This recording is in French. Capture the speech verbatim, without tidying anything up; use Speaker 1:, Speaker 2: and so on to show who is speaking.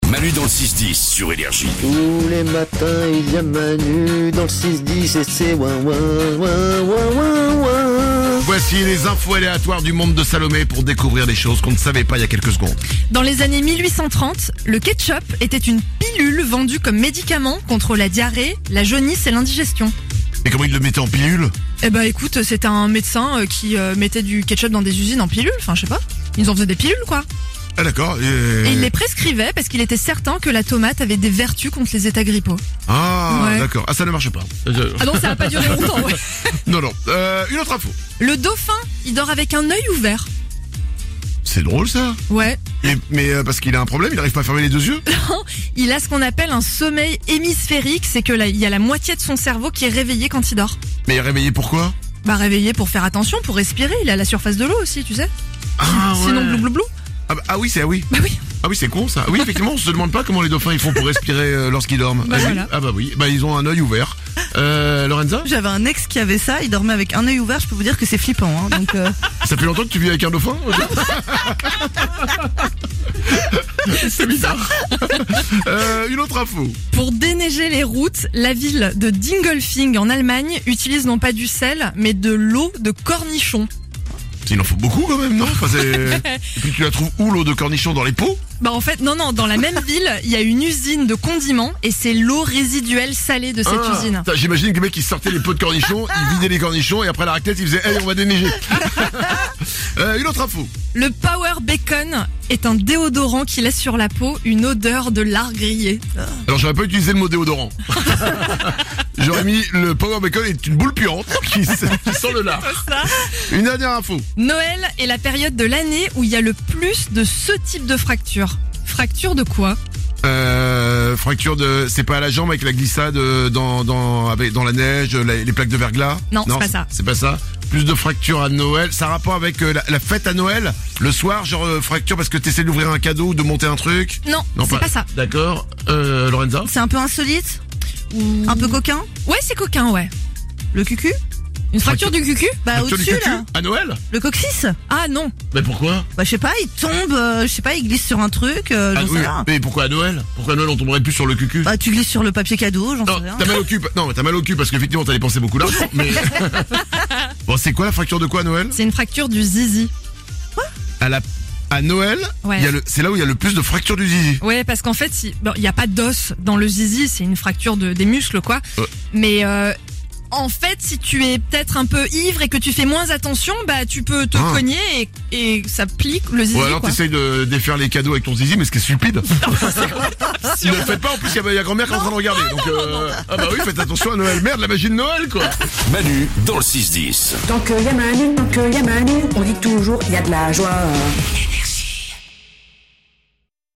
Speaker 1: Manu dans le six dix sur Énergie.
Speaker 2: Tous les matins, il y a Manu dans le six dix et c'est ouin ouin ouin ouin ouin ouin.
Speaker 3: Voici les infos aléatoires du monde de Salomé pour découvrir des choses qu'on ne savait pas il y a quelques secondes.
Speaker 4: Dans les années mille huit cent trente, le ketchup était une pilule vendue comme médicament contre la diarrhée, la jaunisse et l'indigestion.
Speaker 3: Et comment ils le mettaient en pilule?
Speaker 4: Eh bah écoute, c'était un médecin euh, qui euh, mettait du ketchup dans des usines en pilule, enfin je sais pas. Ils en faisaient des pilules quoi.
Speaker 3: Ah d'accord.
Speaker 4: Et
Speaker 3: Et...
Speaker 4: il les prescrivait parce qu'il était certain que la tomate avait des vertus contre les états grippaux.
Speaker 3: Ah
Speaker 4: Ouais.
Speaker 3: d'accord. Ah ça ne marche pas. Euh,
Speaker 4: Ah non, ça a pas duré longtemps, ouais.
Speaker 3: Non non. Euh, une autre info.
Speaker 4: Le dauphin, il dort avec un œil ouvert.
Speaker 3: C'est drôle ça.
Speaker 4: Ouais.
Speaker 3: Et- mais euh, parce qu'il a un problème, il n'arrive pas à fermer les deux yeux.
Speaker 4: Il a ce qu'on appelle un sommeil hémisphérique, c'est que là, il y a la moitié de son cerveau qui est réveillé quand il dort.
Speaker 3: Mais il est réveillé pourquoi?
Speaker 4: Bah réveillé pour faire attention, pour respirer, il est à la surface de l'eau aussi, tu sais.
Speaker 3: Ah
Speaker 4: Sinon
Speaker 3: ouais.
Speaker 4: blou blou blou.
Speaker 3: Ah, bah, ah oui c'est ah oui.
Speaker 4: Bah oui.
Speaker 3: Ah oui c'est con ça. Oui effectivement on se demande pas comment les dauphins ils font pour respirer euh, lorsqu'ils dorment.
Speaker 4: Bah,
Speaker 3: ah, oui.
Speaker 4: voilà.
Speaker 3: Ah bah oui. Bah ils ont un œil ouvert. Euh, Lorenza,
Speaker 5: J'avais un ex qui avait ça, il dormait avec un œil ouvert, je peux vous dire que c'est flippant. Hein, donc, euh,
Speaker 3: ça fait longtemps que tu vis avec un dauphin? C'est bizarre. euh, une autre info.
Speaker 4: Pour déneiger les routes, la ville de Dingolfing en Allemagne utilise non pas du sel, mais de l'eau de cornichon.
Speaker 3: Il en faut beaucoup quand même, non? Enfin, c'est... Et puis tu la trouves où l'eau de cornichon? Dans les pots?
Speaker 4: Bah en fait, non, non, dans la même ville, il y a une usine de condiments et c'est l'eau résiduelle salée de cette
Speaker 3: Ah,
Speaker 4: usine.
Speaker 3: putain, j'imagine que le mec il sortait les pots de cornichons, il vidait les cornichons et après la raclette il faisait hey on va déneiger. euh, une autre info.
Speaker 4: Le Power Bacon est un déodorant qui laisse sur la peau une odeur de lard grillé.
Speaker 3: Alors j'aurais pas utilisé le mot déodorant. J'aurais mis le Power Bacon est une boule puante qui, qui sent le lard.
Speaker 4: Ça.
Speaker 3: Une dernière info.
Speaker 4: Noël est la période de l'année où il y a le plus de ce type de fractures. Fracture de quoi?
Speaker 3: Euh, fracture de, c'est pas à la jambe avec la glissade euh, dans dans avec dans la neige, la- les plaques de verglas.
Speaker 4: Non, c'est pas ça.
Speaker 3: C'est pas ça. Plus de fractures à Noël. Ça a rapport avec euh, la, la fête à Noël, le soir, genre euh, fracture parce que t'essaies d'ouvrir un cadeau ou de monter un truc.
Speaker 4: Non, c'est pas ça.
Speaker 3: D'accord. Euh, Lorenza.
Speaker 5: c'est un peu insolite, un peu coquin.
Speaker 4: Ouais, c'est coquin, ouais.
Speaker 5: Le cucu.
Speaker 4: Une fracture du cucu?
Speaker 5: Bah
Speaker 3: Fracture du
Speaker 5: au-dessus
Speaker 3: cucu
Speaker 5: là.
Speaker 3: à Noël.
Speaker 5: Le coccyx.
Speaker 4: Ah non.
Speaker 3: Mais pourquoi?
Speaker 5: Bah je sais pas, il tombe, euh, je sais pas, il glisse sur un truc, euh,
Speaker 3: Ah,
Speaker 5: j'en sais
Speaker 3: oui,
Speaker 5: rien.
Speaker 3: mais pourquoi à Noël? Pourquoi à Noël on tomberait plus sur le cucu?
Speaker 5: Bah tu glisses sur le papier cadeau, j'en sais
Speaker 3: Non,
Speaker 5: rien.
Speaker 3: t'as mal au cul. Non, mais t'as mal au cul parce qu'effectivement t'as dépensé beaucoup d'argent. Mais bon, c'est quoi la fracture de quoi à Noël?
Speaker 4: C'est une fracture du zizi.
Speaker 3: À la à Noël,
Speaker 4: Ouais.
Speaker 3: il y a le, c'est là où il y a le plus de fractures du zizi.
Speaker 4: Ouais, parce qu'en fait, il bon, il y a pas d'os dans le zizi, c'est une fracture de, des muscles, quoi.
Speaker 3: Ouais.
Speaker 4: Mais euh, en fait, si tu es peut-être un peu ivre et que tu fais moins attention, bah tu peux te
Speaker 3: Ah.
Speaker 4: cogner et, et ça plique le zizi,
Speaker 3: Ou alors
Speaker 4: quoi.
Speaker 3: t'essayes de défaire les cadeaux avec ton zizi, mais ce qui est stupide. Si ne le faites pas, en plus il y a, il y a grand-mère qui est en train de regarder. Donc euh, ah bah oui, faites attention à Noël. Merde, la magie de Noël quoi.
Speaker 1: Manu dans le six dix.
Speaker 6: Tant qu'il y a Manu, tant qu'il y a Manu, on dit toujours il y a de la joie.